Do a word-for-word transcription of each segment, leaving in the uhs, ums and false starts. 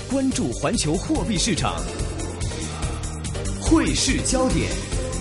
关注环球货币市场，汇市焦点。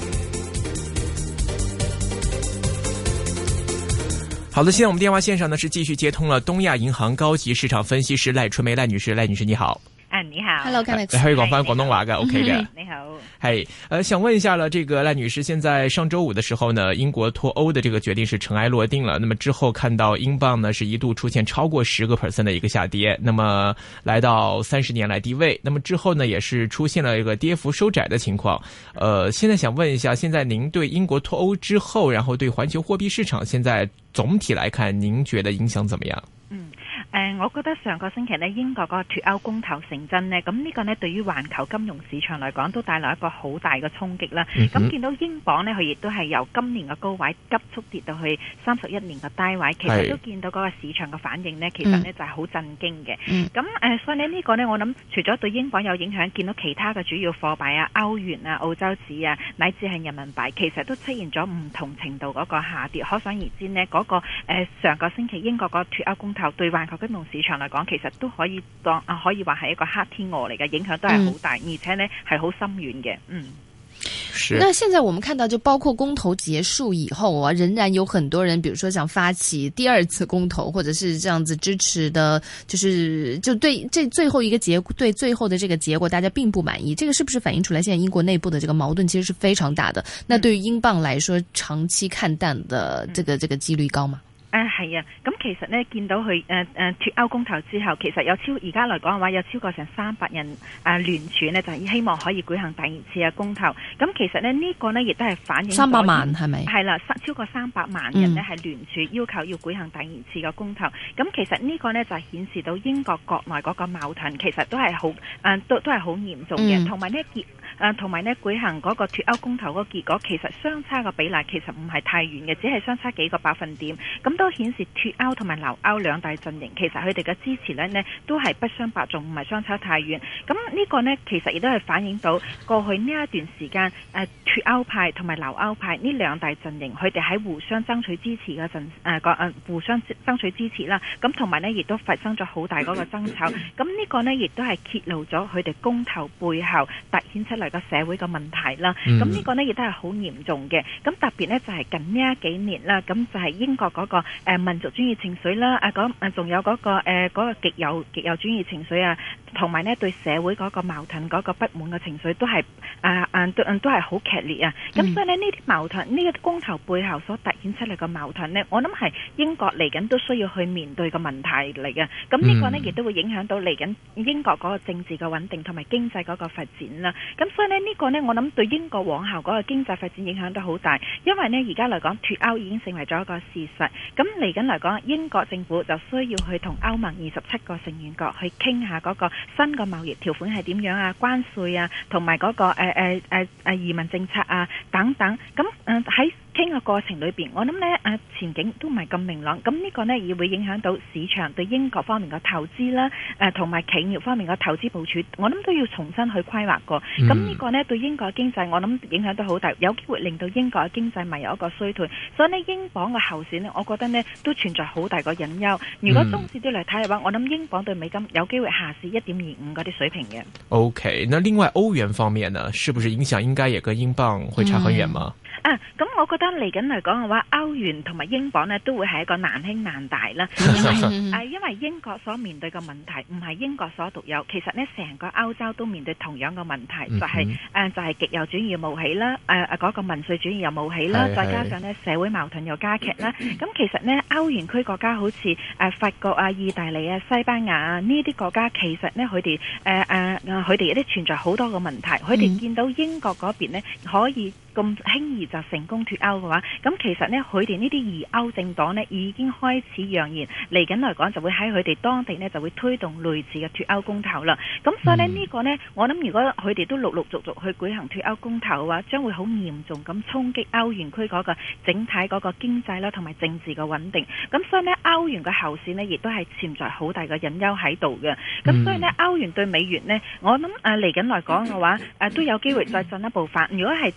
好的，现在我们電話線上呢是繼續接通了東亞銀行高級市場分析師賴春梅賴女士，賴女士你好。 啊，你好 ，Hello， 你可以講翻廣東話嘅 ，OK 嘅。你好，係，呃，想問一下了，這個賴女士，現在上周五的時候呢，英國脫歐的這個決定是塵埃落定了。那麼之後看到英鎊呢是一度出現超過十個 percent 的一個下跌，那麼來到三十年來低位。那麼之後呢，也是出現了一個跌幅收窄的情況。呃，現在想問一下，現在您對英國脫歐之後，然後對環球貨幣市場現在總體來看，您覺得影響怎麼樣？ 嗯。誒、呃，我覺得上個星期呢，英國嗰個脫歐公投成真呢，咁呢個呢對於環球金融市場嚟講都帶來一個好大嘅衝擊啦。咁、嗯、見到英鎊呢，佢亦都係由今年嘅高位急速跌到去三十一年嘅低位，其實都見到嗰個市場嘅反應呢，其實呢就係好震驚嘅。咁、嗯、誒、呃，所以呢呢個呢，我諗除咗對英鎊有影響，見到其他嘅主要貨幣啊、歐元啊、澳洲紙啊，乃至係人民幣，其實都出現咗唔同程度嗰個下跌。可想而知呢，嗰、那個誒、呃、上個星期英國嗰個脫歐公投對環球金融市場嚟講，其實都可以當啊，可以話係一個黑天鵝嚟嘅，影響都係好大，嗯、而且呢係好深遠嘅。嗯， 是。那現在我們看到，就包括公投結束以後啊，仍然有很多人，比如說想發起第二次公投，或者是這樣子支持的，就是就對這最後一個結果，對最後的這個結果，大家並不滿意。這個是不是反映出來，現在英國內部的這個矛盾其實是非常大的？那對於英鎊來說，長期看淡的這個這個幾率高嗎？ 誒係啊，咁、啊、其實呢，見到佢誒誒脫歐公投之後，其實有超而家嚟講嘅話，有超過成三百人誒、呃、聯署呢，就係希望可以舉行第二次嘅公投。咁其實呢，呢、這個呢亦都係反映三百萬係咪？係啦，超過三百萬人呢係聯署要求要舉行第二次嘅公投。咁、嗯、其實呢個呢，就係顯示到英國國內嗰個矛盾其實都係好誒都都係好嚴重嘅，同埋呢結誒同埋呢舉行嗰個脫歐公投嗰個結果，其實相差嘅比例其實唔係太遠嘅，只係相差幾個百分點。咁都顯示脫歐同埋留歐兩大陣營，其實佢哋嘅支持呢都係不相伯仲，唔係相差太遠。咁呢個呢，其實亦都係反映到過去呢一段時間，誒脫歐派同埋留歐派呢兩大陣營，佢哋喺互相爭取支持嘅陣誒個誒互相爭取支持啦。咁同埋呢，亦都發生咗好大嗰個爭吵。咁呢個呢，亦都係揭露咗佢哋公投背後凸顯出嚟個社會嘅問題啦。咁呢個呢，亦都係好嚴重嘅。咁特別呢，就係近呢一幾年啦，咁就係英國嗰個誒民族專義情緒啦，啊咁誒仲有嗰個誒嗰個極右極右主義情緒啊，同埋呢對社會嗰個矛盾嗰個不滿嘅情緒都係啊啊都都係好劇烈啊。咁、嗯、所以呢，呢啲矛盾呢個公投背後所凸顯出嚟嘅矛盾呢，我諗係英國嚟緊都需要去面對嘅問題嚟嘅。咁呢個呢，亦都會影響到嚟緊英國嗰個政治嘅穩定同埋經濟嗰個發展啦。咁所以呢，呢個呢，我諗對英國往後嗰個經濟發展影響都好大，因為呢，而家嚟講脫歐已經成為咗一個事實。咁嚟緊嚟講，英國政府就需要去同歐盟二十七個成員國去傾下嗰個新嘅貿易條款係點樣啊，關稅啊，同埋嗰個誒誒誒誒移民政策啊等等。咁誒喺傾嘅過程裏邊，我諗呢誒前景都唔係咁明朗。咁呢個呢，亦會影響到市場對英國方面嘅投資啦，誒同埋企業方面嘅投資部署，我諗都要重新去規劃過。咁呢、嗯、個呢，對英國經濟，我諗影響都好大，有機會令到英國嘅經濟咪有一個衰退。所以呢，英鎊嘅後市呢，我覺得呢都存在好大個隱憂。如果中線啲嚟睇嘅話，我諗英鎊對美金有機會下試一點二五嗰啲水平嘅。 OK，那另外歐元方面呢，是不是影響應該也跟英鎊會差很遠嗎？ 嗯啊，咁我覺得嚟緊嚟講嘅話，歐元同埋英鎊呢都會係一個難兄難弟啦。因為啊，因為英國所面對嘅問題唔係英國所獨有，其實呢成個歐洲都面對同樣嘅問題，就係、是、誒、呃、就係、是、極右主義冒起啦，誒誒嗰個民粹主義又冒起啦，再加上呢社會矛盾又加劇啦。咁其實呢，歐元區國家好似誒、呃、法國啊、意大利啊、西班牙啊呢啲國家，其實呢佢哋誒誒佢哋一啲存在好多個問題，佢哋見到英國嗰邊呢可以咁輕易就成功脫歐嘅話，咁其實呢，佢哋呢啲疑歐政黨呢已經開始揚言嚟緊嚟講就會喺佢哋當地呢就會推動類似嘅脫歐公投啦。咁所以呢，呢、嗯、個呢，我諗如果佢哋都陸陸續續去舉行脫歐公投嘅話，將會好嚴重咁衝擊歐元區嗰個整體嗰個經濟啦同埋政治嘅穩定。咁所以呢，歐元嘅後市呢亦都係潛在好大嘅隱憂喺度嘅。咁所以呢，歐元對美元呢，我諗誒嚟緊嚟講嘅話誒、呃、都有機會再進一步反。如果係誒誒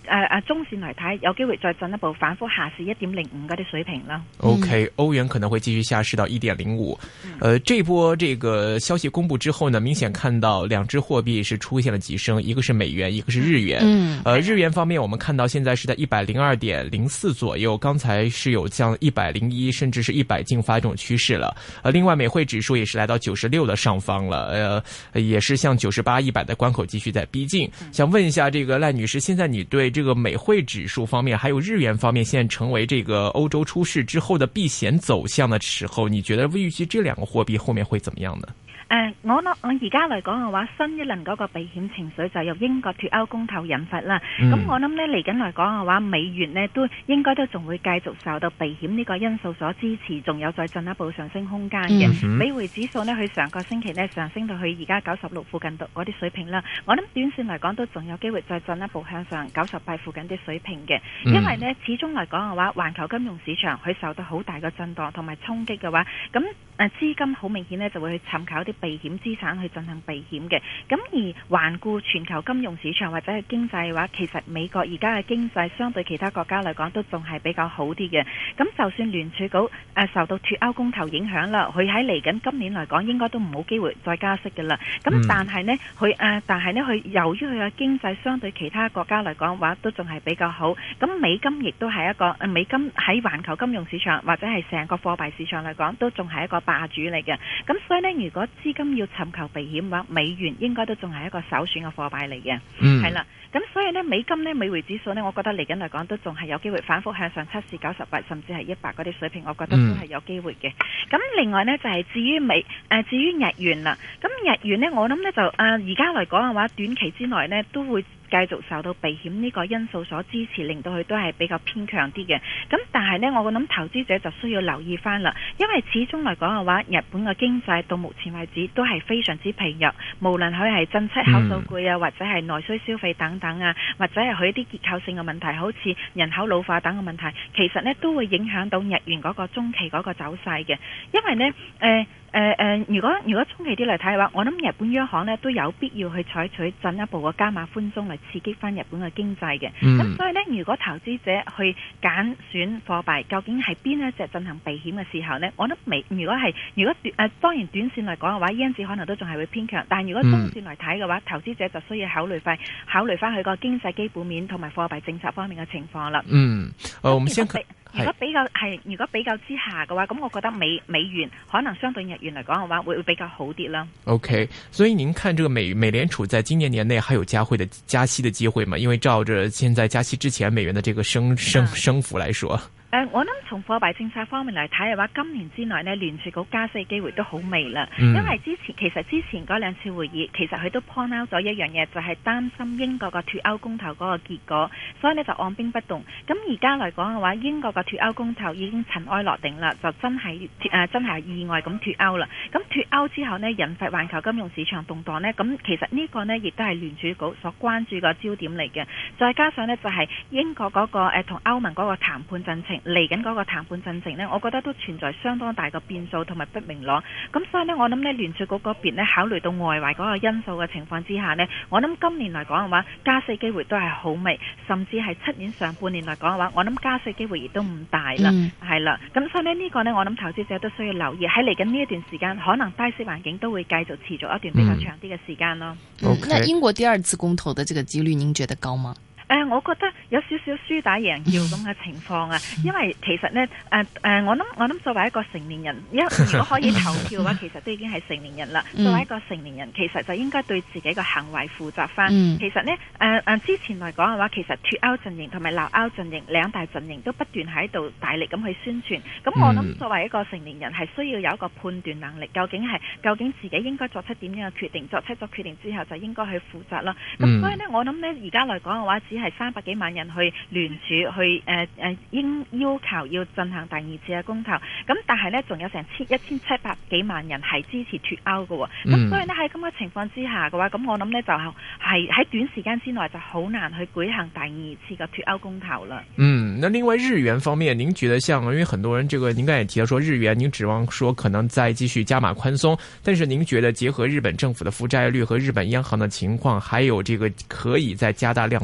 中線嚟睇，有機會再進一步反覆下試一點零五嗰啲水平啦。 OK， 歐元可能會繼續下試到一點零五。呃，這波這個消息公布之後呢，明顯看到兩支貨幣是出現了急升，一個是美元，一個是日元。嗯，呃，日元方面，我們看到現在是在一百零二點零四左右，剛才是有降一百零一，甚至是一百進發這種趨勢了。呃，另外美匯指數也是來到九十六的上方了，呃，也是向九十八、一百的關口繼續在逼近。想問一下，這個賴女士，現在你對這個美匯指數方面，還有日元方面，現在成為這個歐洲出事之後的避險走向的時候，你覺得預計這兩個貨幣後面會怎麼樣呢？ 誒、呃，我我而家嚟講嘅話，新一輪嗰個避險情緒就由英國脫歐公投引發啦。咁、嗯、我諗呢嚟緊嚟講嘅話，美元呢都應該都仲會繼續受到避險呢個因素所支持，仲有再進一步上升空間嘅。嗯、美匯指數呢，佢上個星期呢上升到去而家九十六附近度嗰啲水平啦。我諗短線嚟講都仲有機會再進一步向上九十八附近啲水平嘅，因為呢始終嚟講嘅話，環球金融市場佢受到好大嘅震盪同埋衝擊嘅話，咁誒資金好明顯呢就會去尋求啲避險資產去進行避險嘅。咁而環顧全球金融市場或者係經濟嘅話，其實美國而家嘅經濟相對其他國家嚟講都仲係比較好啲嘅。咁就算聯儲局誒、呃、受到脫歐公投影響啦，佢喺嚟緊今年嚟講應該都冇機會再加息嘅啦。咁、嗯、但係呢，佢誒、呃、但係呢，佢由於佢嘅經濟相對其他國家嚟講話都仲係比較好。咁美金亦都係一個誒美金喺環球金融市場或者係成個貨幣市場嚟講都仲係一個霸主嚟嘅。咁所以呢，如果資金要尋求避險嘅話，美元應該都仲係一個首選嘅貨幣嚟嘅。嗯，係啦。咁所以呢，美金呢，美匯指數呢，我覺得嚟緊嚟講都仲係有機會反覆向上測試九十八甚至係一百嗰啲水平，我覺得都係有機會嘅。咁、嗯、另外呢，就係、是、至於美誒、呃、至於日元啦。咁日元呢，我諗呢，就誒而家嚟講嘅話，短期之內呢，都會繼續受到避險呢個因素所支持，令到佢都係比較偏強啲嘅。咁但係呢，我諗投資者就需要留意翻啦，因為始終嚟講嘅話，日本嘅經濟到目前為止都係非常之疲弱，無論佢係進出口數據啊，或者係內需消費等等啊，或者係佢啲結構性嘅問題，好似人口老化等嘅問題，其實呢都會影響到日元嗰個中期嗰個走勢嘅。因為呢，誒、呃。誒、呃、誒、呃，如果如果中期啲嚟睇嘅話，我諗日本央行呢都有必要去採取進一步嘅加碼寬鬆嚟刺激翻日本嘅經濟嘅。咁、嗯、所以呢，如果投資者去揀選貨幣，究竟係邊一隻進行避險嘅時候呢，我諗未。如果係如果短誒、呃，當然短線嚟講嘅話，yen紙可能都仲係會偏強。但係如果中線嚟睇嘅話，投資者就需要考慮翻考慮翻佢個經濟基本面同埋貨幣政策方面嘅情況啦。嗯， 呃，我們先看。 如果比較係，如果比較之下嘅話，咁我覺得美美元可能相對日元嚟講嘅話，會會比較好啲啦。 OK，所以您看這個美美聯儲在今年年內還有加會的加息的機會嗎？因為照着現在加息之前美元的這個升升升幅來說。 誒、呃，我諗從貨幣政策方面嚟睇嘅話，今年之內呢，聯儲局加息機會都好微啦。嗯、因為之前其實之前嗰兩次會議，其實佢都 point out 咗一樣嘢，就係、是、擔心英國個脫歐公投嗰個結果，所以呢就按兵不動。咁而家嚟講嘅話，英國個脫歐公投已經塵埃落定啦，就真係誒、呃、真係意外咁脫歐啦。咁脫歐之後呢，引發環球金融市場動盪呢，咁其實呢個呢亦都係聯儲局所關注個焦點嚟嘅。再加上呢，就係、是、英國嗰、那個誒同、呃、歐盟嗰個談判進程。嚟緊嗰個談判進程呢，我覺得都存在相當大嘅變數同埋不明朗。咁所以呢，我諗呢聯儲局嗰邊呢，考慮到外圍嗰個因素嘅情況之下呢，我諗今年嚟講嘅話，加息機會都係好微，甚至係七年上半年嚟講嘅話，我諗加息機會亦都唔大啦，係、嗯、啦。咁所以呢，呢、這個呢，我諗投資者都需要留意喺嚟緊呢一段時間，可能低息環境都會繼續持續一段比較長啲嘅時間咯。 嗯 okay. 那英國第二次公投的這個幾率，您覺得高嗎？ 誒、呃，我覺得有少少輸打贏要咁嘅情況啊，因為其實呢，誒、呃、誒、呃，我諗我諗作為一個成年人，因如果可以投票嘅話，其實都已經係成年人啦。作為一個成年人，其實就應該對自己嘅行為負責翻。其實呢，誒、呃、誒，之前嚟講嘅話，其實脫歐陣營同埋留歐陣營兩大陣營都不斷喺度大力咁去宣傳。咁我諗作為一個成年人，係需要有一個判斷能力，究竟係究竟自己應該作出點樣嘅決定，作出咗決定之後就應該去負責啦。咁所以呢，我諗呢，而家嚟講嘅話，只係三百幾萬人去聯署去誒誒應要求要進行第二次嘅公投，咁但係呢，仲有成千一千七百幾萬人係支持脫歐嘅，咁、嗯、所以呢，喺咁嘅情況之下嘅話，咁我諗呢，就係喺短時間之內就好難去舉行第二次嘅脫歐公投啦。 嗯，那另外日元方面，您覺得像因為很多人這個您剛才也提到說日元，您指望說可能再繼續加碼寬鬆，但是您覺得結合日本政府的負債率和日本央行的情況，還有這個可以再加大量寬的空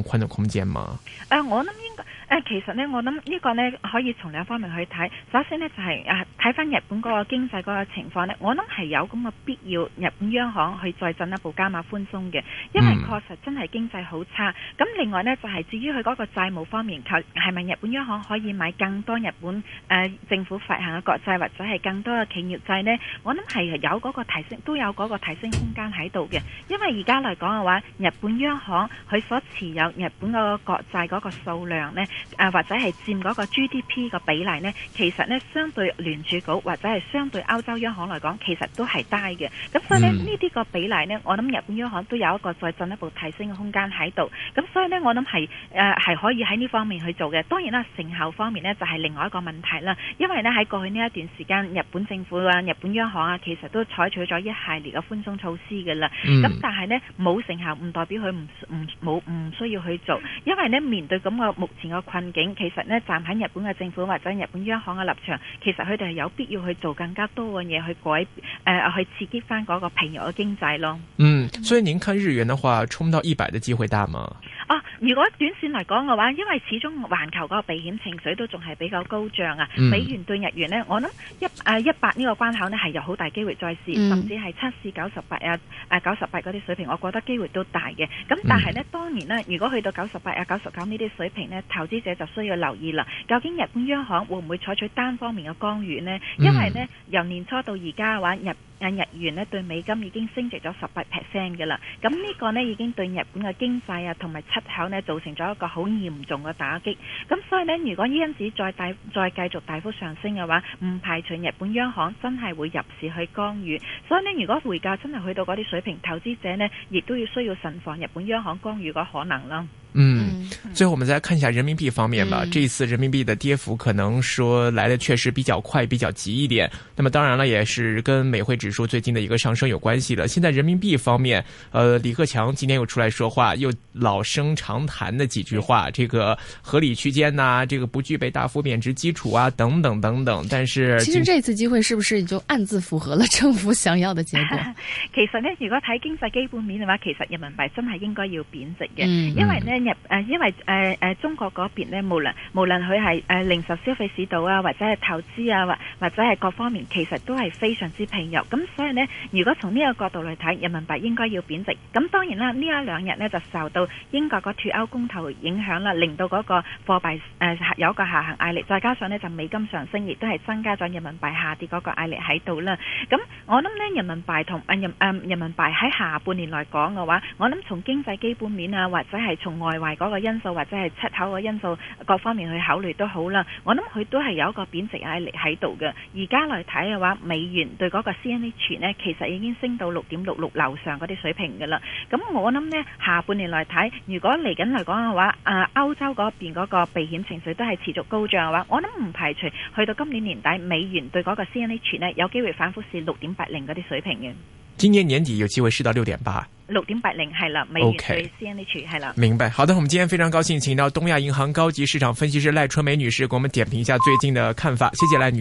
空間嗎？ 誒、呃，我諗應該。誒，其實呢，我諗呢個呢可以從兩方面去睇。首先呢，就係誒睇翻日本嗰個經濟嗰個情況呢，我諗係有咁嘅必要，日本央行去再進一步加碼寬鬆嘅，因為確實真係經濟好差。咁、嗯、另外呢，就係、是、至於佢嗰個債務方面，係咪日本央行可以買更多日本誒、呃、政府發行嘅國債或者係更多嘅企業債呢？我諗係有嗰個提升，都有嗰個提升空間喺度嘅。因為而家嚟講嘅話，日本央行佢所持有日本嗰個國債嗰個數量呢。誒、啊、或者係佔嗰個 G D P 個比例呢，其實呢，相對聯儲局或者係相對歐洲央行嚟講，其實都係低嘅。咁所以呢，呢啲個比例呢，我諗日本央行都有一個再進一步提升嘅空間喺度。咁所以呢，我諗係誒係可以喺呢方面去做嘅。當然啦，成效方面呢，就係、是、另外一個問題啦。因為呢，喺過去呢一段時間，日本政府啊、日本央行啊，其實都採取咗一系列嘅寬鬆措施嘅啦。咁、嗯、但係呢，冇成效，唔代表佢唔唔冇唔需要去做。因為呢，面對咁嘅目前嘅困境，其實呢，站喺日本嘅政府或者日本央行嘅立場，其實佢哋係有必要去做更加多嘅嘢去改誒、呃、去刺激翻嗰個疲弱嘅經濟咯。 嗯，所以您看日元嘅話，衝到一百嘅機會大嗎？ 啊，如果短線嚟講嘅話，因為始終環球嗰個避險情緒都仲係比較高漲啊、嗯，美元對日元呢，我諗一誒一百呢個關口呢係有好大機會再試、嗯，甚至係測試九十八啊誒九十八嗰啲水平，我覺得機會都大嘅。咁但係呢，嗯、當然呢，如果去到九十八啊九十九呢啲水平呢，投資者就需要留意啦。究竟日本央行會唔會採取單方面嘅干預呢？因為呢，由年初到而家嘅話，日日元呢對美金已經升值咗十八 percent 嘅啦。咁呢個呢已經對日本嘅經濟啊同埋出口呢造成咗一個好嚴重嘅打擊。咁所以呢，如果因此再大再繼續大幅上升嘅話，唔排除日本央行真係會入市去干預。所以呢，如果匯價真係去到嗰啲水平，投資者呢亦都要需要慎防日本央行干預嘅可能啦。 嗯，最後我們再看一下人民幣方面吧。嗯、這一次人民幣的跌幅可能說來的確實比較快，比較急一點。那麼當然了，也是跟美匯指數最近的一個上升有關係的。現在人民幣方面，呃，李克強今天又出來說話，又老生常談的幾句話，這個合理區間呐、啊，這個不具備大幅貶值基礎啊，等等等等。但是其實這次機會是不是就暗自符合了政府想要的結果？ 其實呢，如果睇經濟基本面嘅話，其實人民幣真係應該要貶值嘅、嗯，因為呢。誒，因為誒誒、呃，中國嗰邊咧，無論無論佢係誒零售消費市道啊，或者係投資啊，或或者係各方面，其實都係非常之疲弱。咁所以呢，如果從呢個角度嚟睇，人民幣應該要貶值。咁當然啦，呢一兩日呢就受到英國個脫歐公投影響啦，令到嗰個貨幣誒、呃、有一個下行壓力，再加上呢就美金上升，亦都係增加咗人民幣下跌嗰個壓力喺度啦。咁我諗呢，人民幣同誒人誒人民幣喺下半年來講嘅話，我諗從經濟基本面啊，或者係從外圍嗰個因素或者係出口嘅因素各方面去考慮都好啦，我諗佢都係有一個貶值壓力喺度嘅。而家嚟睇嘅話，美元對嗰個 C N H 呢，其實已經升到六點六六樓上嗰啲水平嘅啦。咁我諗呢，下半年嚟睇，如果嚟緊嚟講嘅話，啊歐洲嗰邊嗰個避險情緒都係持續高漲嘅話，我諗唔排除去到今年年底，美元對嗰個 C N H 呢，有機會反覆試六點八零嗰啲水平嘅。 今年年底有機會試到六點八， 六點八零係啦，美元對 C N H 係啦。 明白，好的，我們今天非常高興請到東亞銀行高級市場分析師賴春梅女士，給我們點評一下最近的看法。謝謝賴女士。